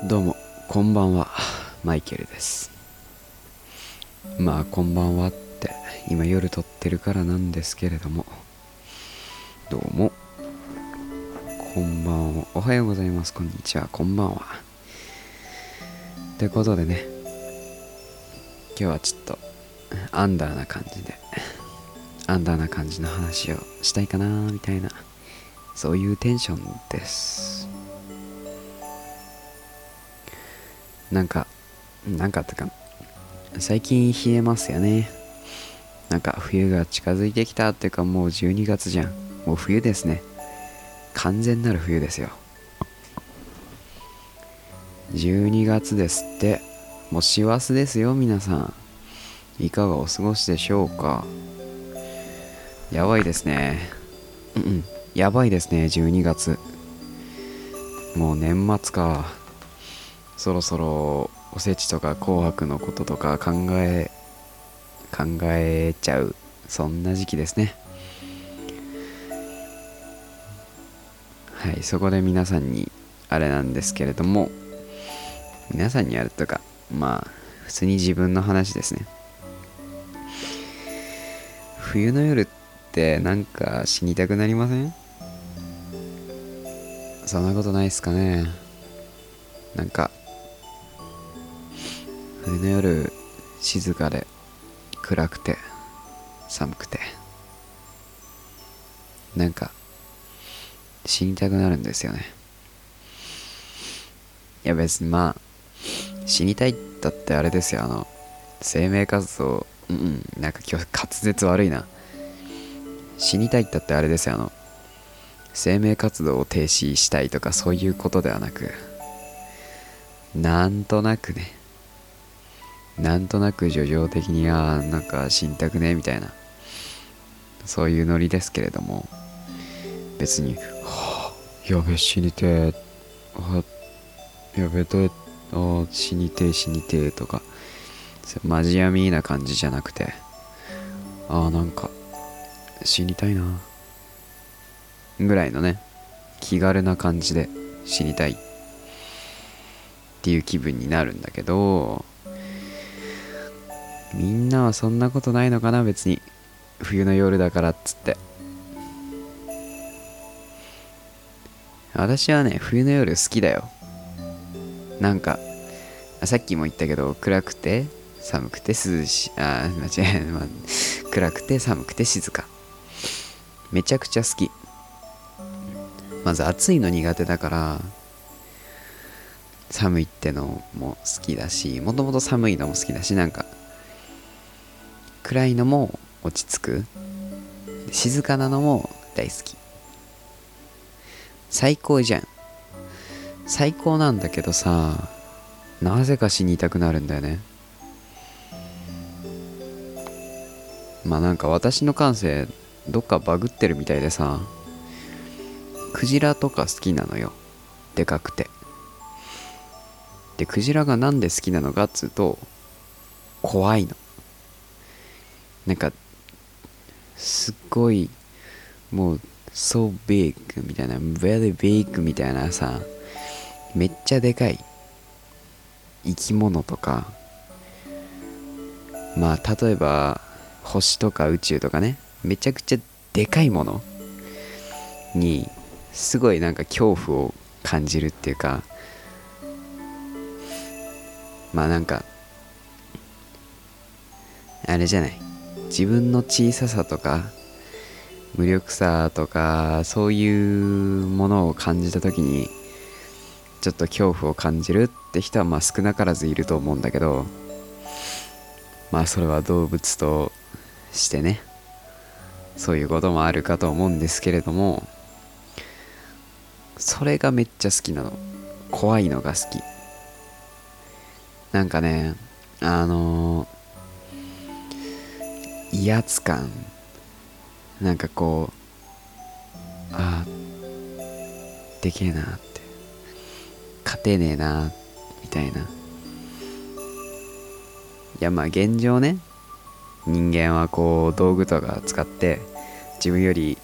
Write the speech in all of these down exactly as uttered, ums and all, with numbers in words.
どうもこんばんは、マイケルです。まあこんばんはって今夜撮ってるからなんですけれども、どうもこんばんは、おはようございます、こんにちは、こんばんは。ということでね、今日はちょっとアンダーな感じでアンダーな感じの話をしたいかなみたいな、そういうテンションです。なんかなんかってか最近冷えますよね。なんか冬が近づいてきたっていうか、もうじゅうにがつじゃん。もう冬ですね。完全なる冬ですよ。じゅうにがつですって。もう師走ですよ、皆さん。いかがお過ごしでしょうか。やばいですね。うんうん。やばいですね、じゅうにがつ。もう年末か。そろそろおせちとか紅白のこととか考え、考えちゃう。そんな時期ですね。はい、そこで皆さんにあれなんですけれども、皆さんにあるとか、まあ普通に自分の話ですね。冬の夜ってなんか死にたくなりません？そんなことないっすかね。なんか冬の夜、静かで暗くて寒くて、なんか死にたくなるんですよね。いや別にまあ死にたいったってあれですよ、あの生命活動、うんうんなんか今日滑舌悪いな。死にたいったってあれですよ、あの生命活動を停止したいとかそういうことではなく、なんとなくね、なんとなく叙情的に、あーなんか死にたくねみたいな、そういうノリですけれども、別にはあやべ死にてー、あやべどうやあ死にてー死にてーとか、マジヤミーな感じじゃなくて、あーなんか死にたいなぐらいのね、気軽な感じで死にたいっていう気分になるんだけど、みんなはそんなことないのかな、別に。冬の夜だからっつって。私はね、冬の夜好きだよ。なんかさっきも言ったけど、暗くて寒くて涼しい、あー間違えない、まあ、暗くて寒くて静か、めちゃくちゃ好き。まず暑いの苦手だから、寒いってのも好きだし、もともと寒いのも好きだし、なんか暗いのも落ち着く、静かなのも大好き。最高じゃん。最高なんだけどさ、なぜか死にたくなるんだよね。まあなんか私の感性どっかバグってるみたいでさ、クジラとか好きなのよ、でかくて。でクジラがなんで好きなのかっつうと、怖いの。なんかすっごい、もう so big みたいな、 very big みたいなさ、めっちゃでかい生き物とか、まあ例えば星とか宇宙とかね、めちゃくちゃでかいものにすごいなんか恐怖を感じるっていうか、まあなんかあれじゃない、自分の小ささとか無力さとかそういうものを感じた時にちょっと恐怖を感じるって人はまあ少なからずいると思うんだけど、まあそれは動物としてね、そういうこともあるかと思うんですけれども、それがめっちゃ好きなの。怖いのが好き。なんかね、あのー威圧感、なんかこう、あーでけえなって、勝てねえなみたいな。いやまあ現状ね、人間はこう道具とか使って自分より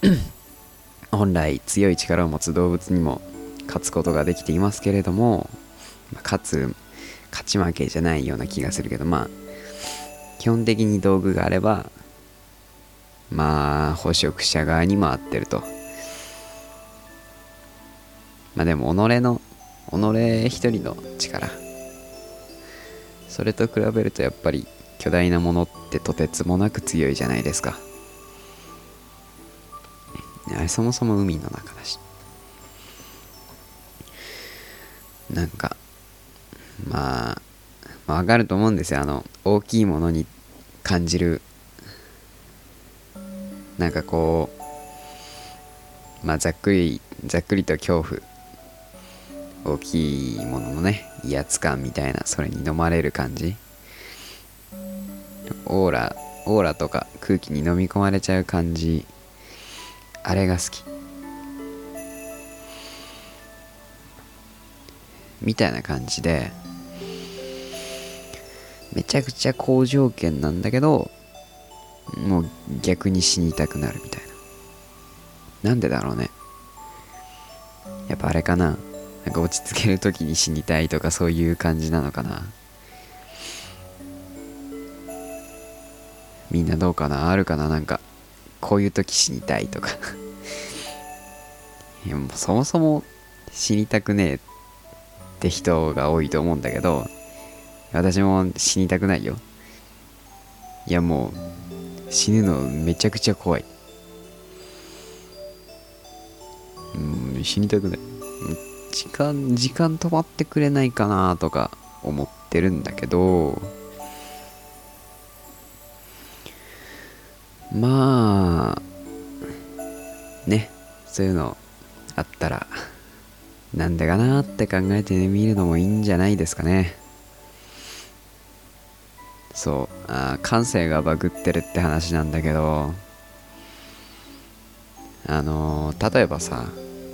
本来強い力を持つ動物にも勝つことができていますけれども、 まあ、勝つ勝ち負けじゃないような気がするけど、まあ基本的に道具があればまあ捕食者側に回ってると。まあでも己の己一人の力、それと比べるとやっぱり巨大なものってとてつもなく強いじゃないですか。あれそもそも海の中だし、なんかまあまあわかると思うんですよ。あの大きいものに感じるなんかこうまあざっくりざっくりと恐怖、大きいもののね威圧感みたいな、それに飲まれる感じ、オーラオーラとか空気に飲み込まれちゃう感じ、あれが好きみたいな感じで、めちゃくちゃ好条件なんだけどもう逆に死にたくなるみたいな。なんでだろうね。やっぱあれかな、なんか落ち着ける時に死にたいとかそういう感じなのかな。みんなどうかな、あるかな、なんかこういう時死にたいとかいやもうそもそも死にたくねえって人が多いと思うんだけど、私も死にたくないよ。いやもう死ぬのめちゃくちゃ怖い。うん、死にたくない。時間時間止まってくれないかなとか思ってるんだけど、まあね、そういうのあったらなんでかなって考えてみるのもいいんじゃないですかね。そう、あ、感性がバグってるって話なんだけど、あのー、例えばさ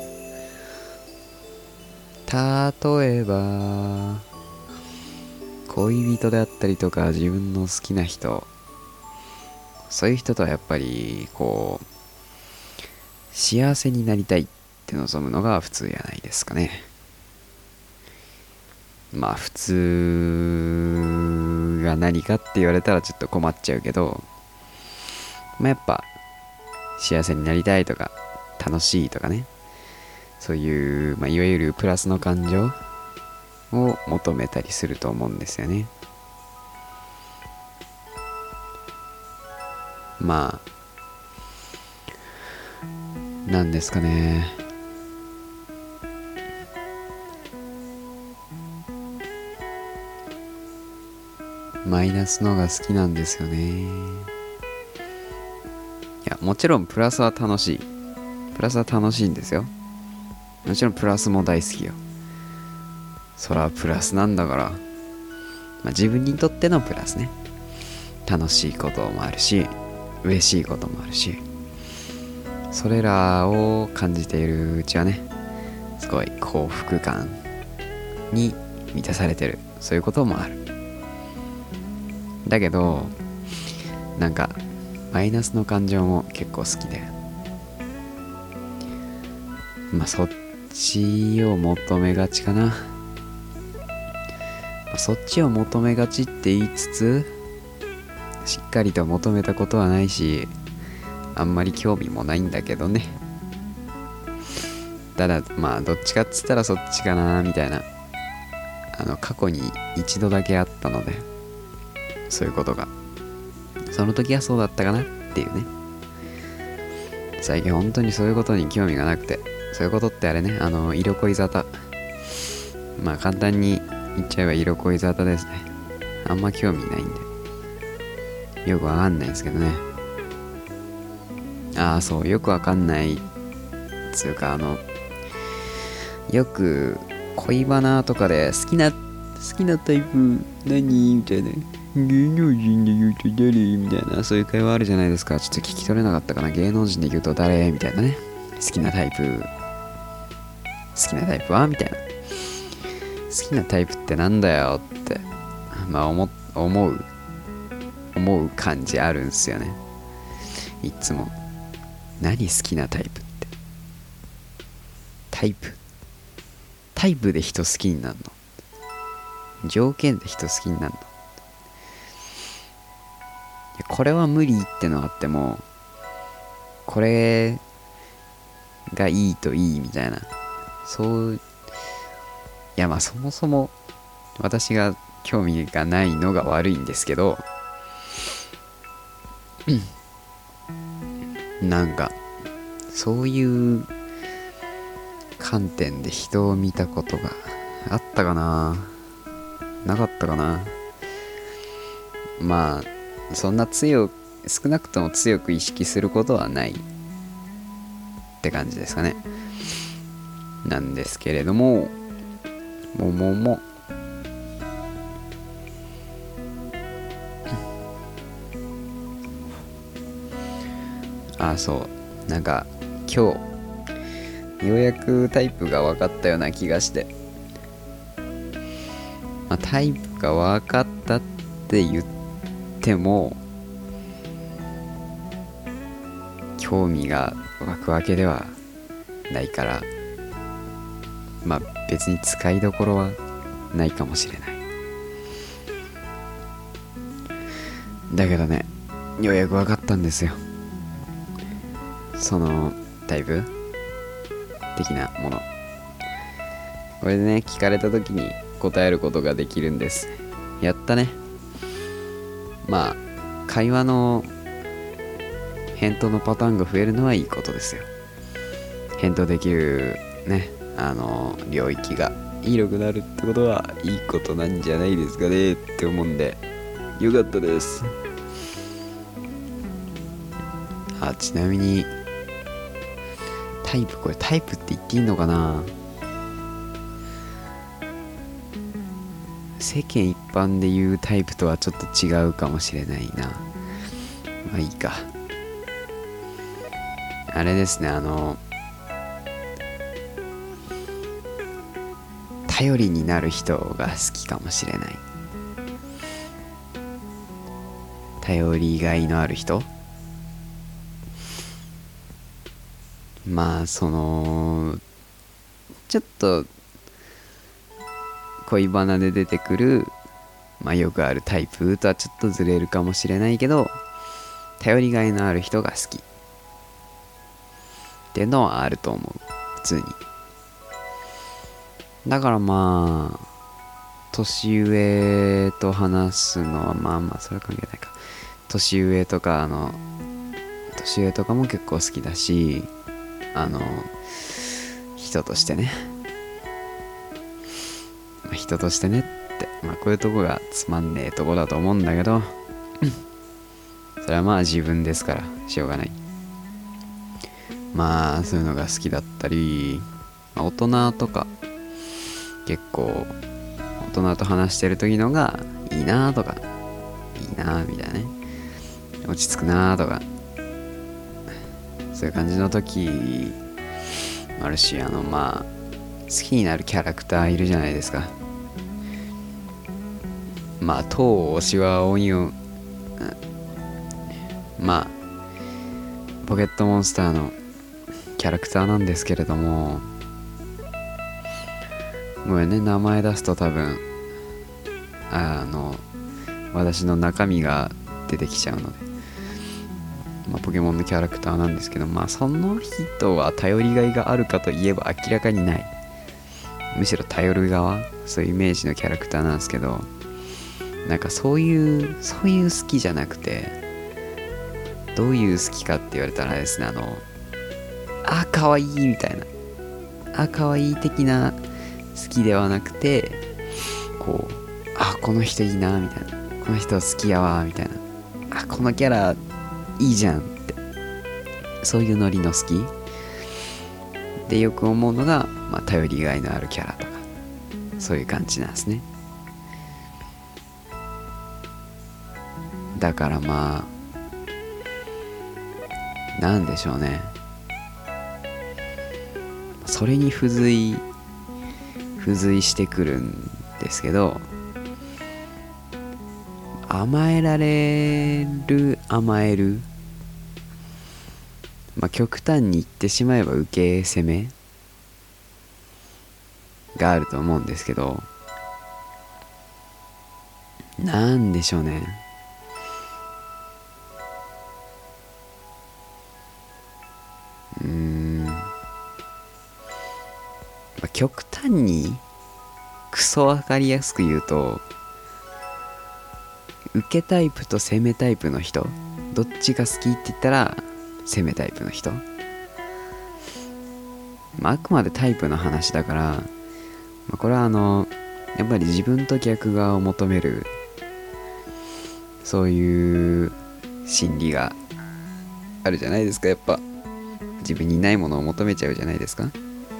例えば恋人であったりとか自分の好きな人、そういう人とはやっぱりこう幸せになりたいって望むのが普通やないですかね。まあ普通が何かって言われたらちょっと困っちゃうけど、まあやっぱ幸せになりたいとか楽しいとかね、そういう、まあ、いわゆるプラスの感情を求めたりすると思うんですよね。まあなんですかね、マイナスのが好きなんですよね。いやもちろんプラスは楽しい、プラスは楽しいんですよ。もちろんプラスも大好きよ。そらプラスなんだから、まあ、自分にとってのプラスね、楽しいこともあるし嬉しいこともあるし、それらを感じているうちはね、すごい幸福感に満たされてる、そういうこともある。だけどなんかマイナスの感情も結構好きで、まあそっちを求めがちかな。そっちを求めがちって言いつつしっかりと求めたことはないし、あんまり興味もないんだけどね。ただまあどっちかっつったらそっちかなみたいな、あの過去に一度だけあったので、そういうことがその時はそうだったかなっていうね。最近本当にそういうことに興味がなくて、そういうことってあれね、あの色恋沙汰、まあ簡単に言っちゃえば色恋沙汰ですね。あんま興味ないんでよくわかんないですけどね。ああそう、よくわかんないつうか、あのよく恋バナとかで好きな好きなタイプ何みたいな、芸能人で言うと誰みたいな、そういう会話あるじゃないですか。ちょっと聞き取れなかったかな。芸能人で言うと誰みたいなね。好きなタイプ好きなタイプはみたいな、好きなタイプってなんだよってまあ思思う思う感じあるんすよね、いつも。何好きなタイプって、タイプタイプで人好きになるの条件で人好きになるの。これは無理ってのあっても、これがいいといいみたいな、そういやまあそもそも私が興味がないのが悪いんですけど、なんかそういう観点で人を見たことがあったかな、なかったかな。まあそんな強く、少なくとも強く意識することはないって感じですかね。なんですけれども、もももあ、そうなんか今日ようやくタイプが分かったような気がして、まあ、タイプが分かったって言っても興味が湧くわけではないから、まあ別に使いどころはないかもしれない。だけどね、ようやく分かったんですよ、そのタイプ的なもの。これでね、聞かれた時に答えることができるんです。やったね。まあ会話の返答のパターンが増えるのはいいことですよ。返答できるね、あの領域が広くなるってことはいいことなんじゃないですかねって思うんで、よかったです。あ、ちなみにタイプ、これタイプって言っていいのかな。世間一般で言うタイプとはちょっと違うかもしれないな。まあいいか。あれですね、あの頼りになる人が好きかもしれない。頼りがいのある人。まあそのちょっと恋バナで出てくる、まあよくあるタイプとはちょっとずれるかもしれないけど、頼りがいのある人が好きっていうのはあると思う、普通に。だからまあ年上と話すのはまあまあそれは関係ないか。年上とかあの年上とかも結構好きだし、あの人としてね、まあ、人としてねって、まあこういうとこがつまんねえとこだと思うんだけどそれはまあ自分ですからしょうがない。まあそういうのが好きだったり、まあ、大人とか結構大人と話してる時のがいいなとか、いいなみたいなね、落ち着くなとか、そういう感じの時もあるし、あのまあ好きになるキャラクターいるじゃないですか。まあ当推しはオニオン、まあポケットモンスターのキャラクターなんですけれども、ごめんね、名前出すと多分あの私の中身が出てきちゃうので、まあ、ポケモンのキャラクターなんですけど、まあその人は頼りがいがあるかといえば明らかにない。むしろ頼る側、そういうイメージのキャラクターなんですけど、なんかそういうそういう好きじゃなくて、どういう好きかって言われたらですね、あのあ可愛いみたいな、あ可愛い的な好きではなくて、こうあこの人いいなみたいな、この人好きやわみたいな、あこのキャラいいじゃんって、そういうノリの好きでよく思うのが、まあ、頼りがいのあるキャラとかそういう感じなんですね。だからまあなんでしょうね、それに付随付随してくるんですけど、甘えられる甘える、まあ極端に言ってしまえば受け攻めがあると思うんですけど、 なんでしょうね。うーん、まあ、極端にクソわかりやすく言うと、受けタイプと攻めタイプの人、どっちが好きって言ったら攻めタイプの人。まあ、あくまでタイプの話だから、まあ、これはあのやっぱり自分と逆側を求める、そういう心理があるじゃないですか。やっぱ自分にないものを求めちゃうじゃないですか。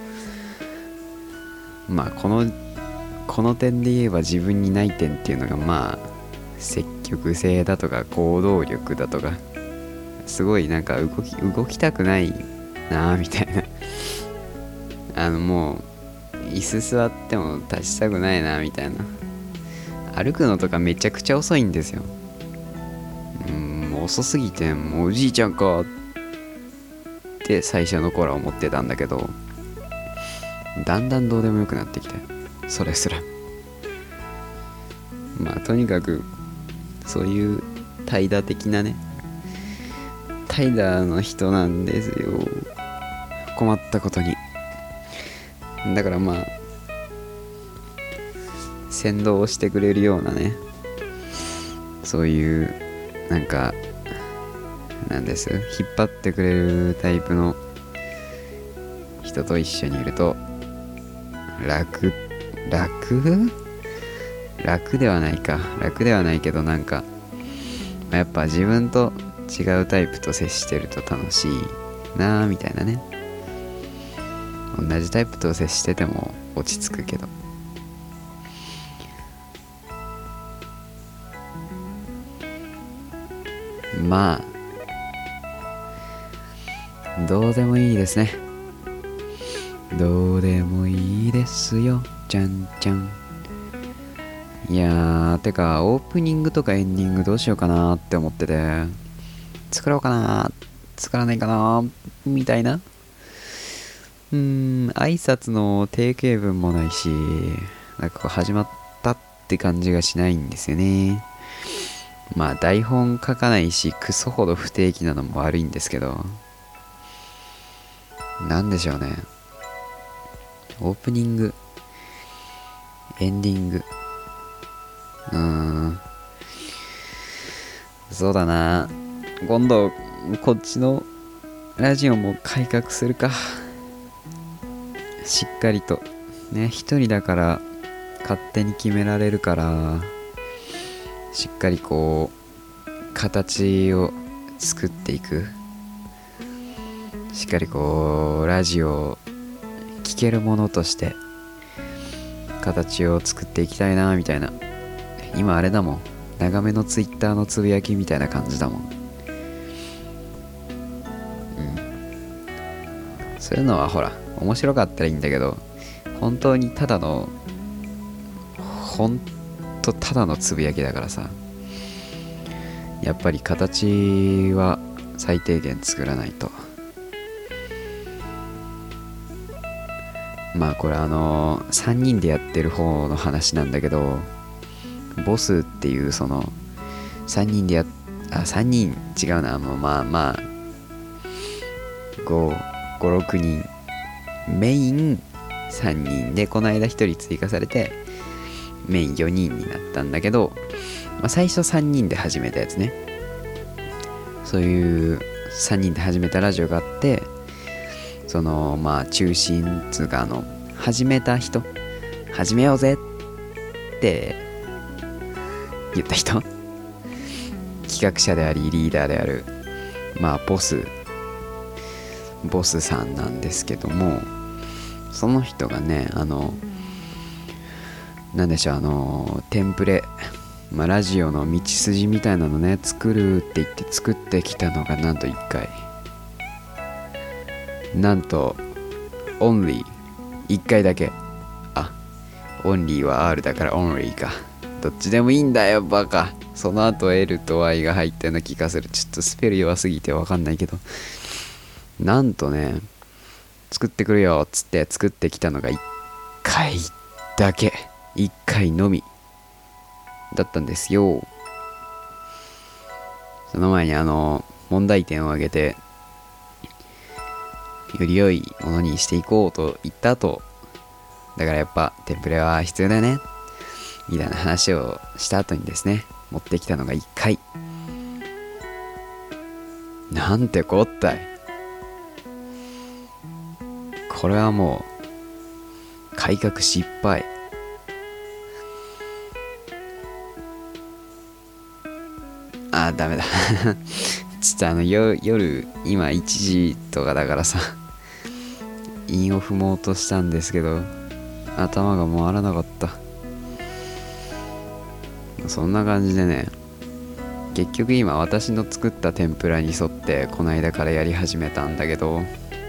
まあこのこの点で言えば自分にない点っていうのが、まあ積極性だとか行動力だとか、すごいなんか動き動きたくないなみたいなあのもう椅子座っても立ちたくないなみたいな。歩くのとかめちゃくちゃ遅いんですよ。うん、遅すぎてもうおじいちゃんかって最初の頃は思ってたんだけど、だんだんどうでもよくなってきて、それすらまあとにかくそういう怠惰的なね、怠惰の人なんですよ、困ったことに。だからまあ先導をしてくれるようなね、そういうなんかなんです引っ張ってくれるタイプの人と一緒にいると楽楽楽ではないか楽ではないけど、なんかやっぱ自分と違うタイプと接してると楽しいなみたいなね。同じタイプと接してても落ち着くけど、まあどうでもいいですね。どうでもいいですよ、じゃんじゃん。いやー、てかオープニングとかエンディングどうしようかなって思ってて、作ろうかな作らないかなみたいな。うーん、挨拶の定型文もないし、なんかこう始まったって感じがしないんですよね。まあ台本書かないし、クソほど不定期なのも悪いんですけど、なんでしょうね。オープニング、エンディング、うーん、そうだな。今度こっちのラジオも改革するか。しっかりとね、一人だから勝手に決められるから、しっかりこう形を作っていく、しっかりこうラジオを聴けるものとして形を作っていきたいなみたいな。今あれだもん、長めのツイッターのつぶやきみたいな感じだもん。うん、そういうのはほら面白かったらいいんだけど、本当にただのほんとただのつぶやきだからさ、やっぱり形は最低限作らないと。まあこれあのー、さんにんでやってる方の話なんだけど、ボスっていうそのさんにんでやっあさんにん違うな、もうまあまあご、ご、ろくにん、メインさんにんで、この間ひとり追加されてメインよにんになったんだけど、まあ、最初さんにんで始めたやつね。そういうさんにんで始めたラジオがあって、そのまあ中心つうか、あの始めた人、始めようぜって言った人、企画者でありリーダーであるまあボスボスさんなんですけども、その人がね、あのなんでしょう、あのテンプレ、まあ、ラジオの道筋みたいなのね作るって言って作ってきたのが、なんといっかい、なんとオンリーいっかいだけ。あ、オンリーは R だからオンリーか、どっちでもいいんだよバカ。その後 L と Y が入ったような気がする。ちょっとスペル弱すぎてわかんないけど、なんとね、作ってくるよっつって作ってきたのがいっかいだけ、いっかいのみ。 だったんですよ。その前にあの問題点を挙げてより良いものにしていこうと言った後、だからやっぱテンプレは必要だよねみたいな話をした後にですね、持ってきたのがいっかい。なんてこったい。これはもう改革失敗。あーダメだちょっとあのよ夜今いちじとかだからさ、韻を踏もうとしたんですけど頭が回らなかった。そんな感じでね、結局今私の作った天ぷらに沿ってこないだからやり始めたんだけど、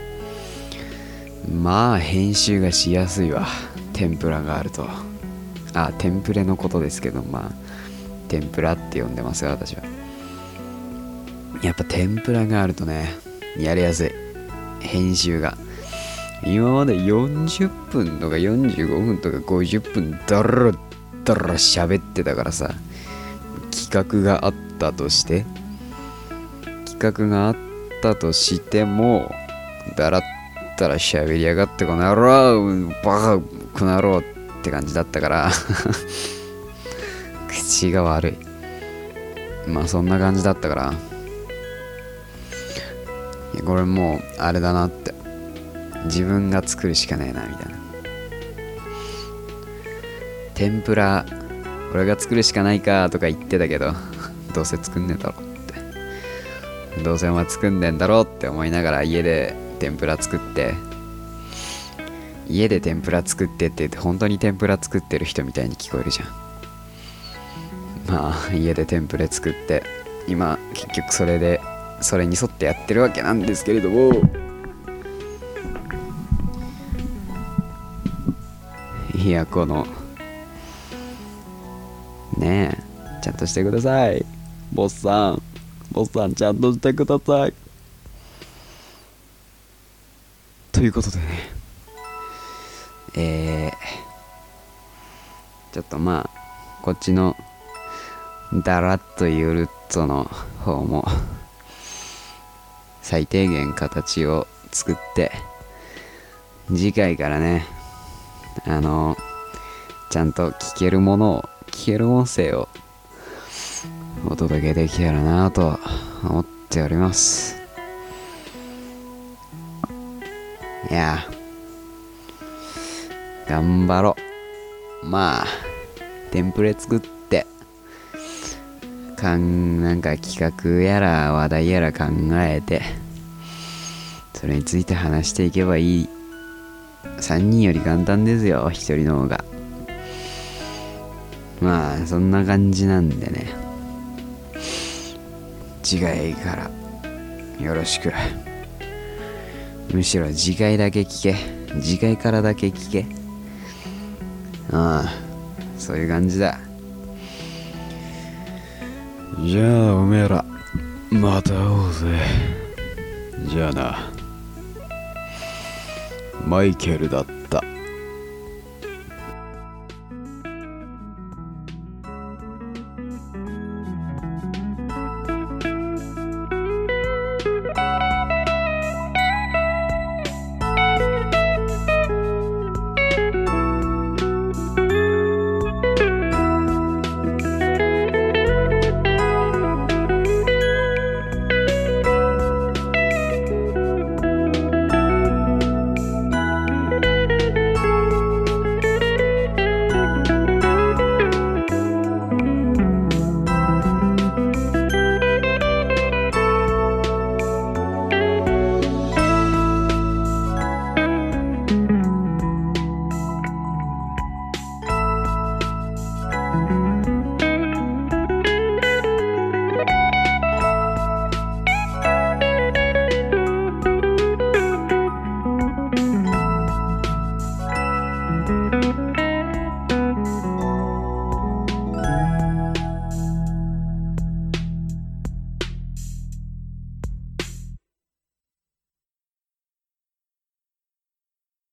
まあ編集がしやすいわ、天ぷらがあると。あ、テンプレのことですけど、まあ天ぷらって呼んでますよ私は。やっぱ天ぷらがあるとね、やりやすい、編集が。今までよんじゅっぷんとかよんじゅうごふんとかごじゅっぷんだらだら喋ってたからさ、企画があったとして企画があったとしてもだらったら喋りやがってこの野郎バカこの野郎って感じだったから口が悪い。まあそんな感じだったから、いやこれもうあれだなって、自分が作るしかねえなみたいな。天ぷら俺が作るしかないかとか言ってたけど、どうせ作んねえだろって、どうせお前作んねえんだろって思いながら家で天ぷら作って、家で天ぷら作ってって言って本当に天ぷら作ってる人みたいに聞こえるじゃん。まあ家で天ぷら作って今結局それでそれに沿ってやってるわけなんですけれども、いやこのねえちゃんとしてくださいボスさん、ボスさんちゃんとしてください。ということでね、えー、ちょっとまあこっちのだらっとゆるっとの方も最低限形を作って、次回からねあのちゃんと聞けるものを聞ける音声をお届けできたらなと思っております。いや頑張ろう。まあテンプレ作ってかんなんか企画やら話題やら考えて、それについて話していけばいい。さんにんより簡単ですよ、ひとりの方が。まあそんな感じなんでね、次回からよろしく。むしろ次回だけ聞け、次回からだけ聞け。ああそういう感じだ。じゃあおめえらまた会おうぜ。じゃあな。マイケルだった。